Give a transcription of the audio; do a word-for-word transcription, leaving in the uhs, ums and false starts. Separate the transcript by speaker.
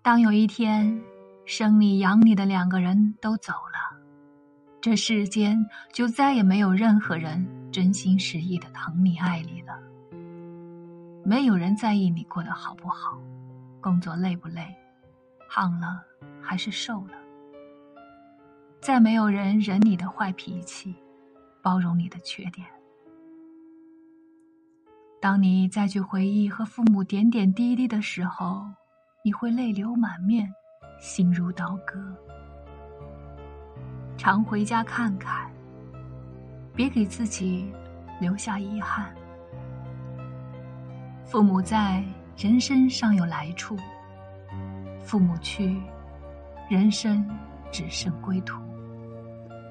Speaker 1: 当有一天生你养你的两个人都走了，这世间就再也没有任何人真心实意的疼你爱你了。没有人在意你过得好不好，工作累不累，胖了还是瘦了。再没有人忍你的坏脾气，包容你的缺点。当你再去回忆和父母点点滴滴的时候，你会泪流满面，心如刀割。常回家看看，别给自己留下遗憾。父母在，人生尚有来处；父母去，人生只剩归途。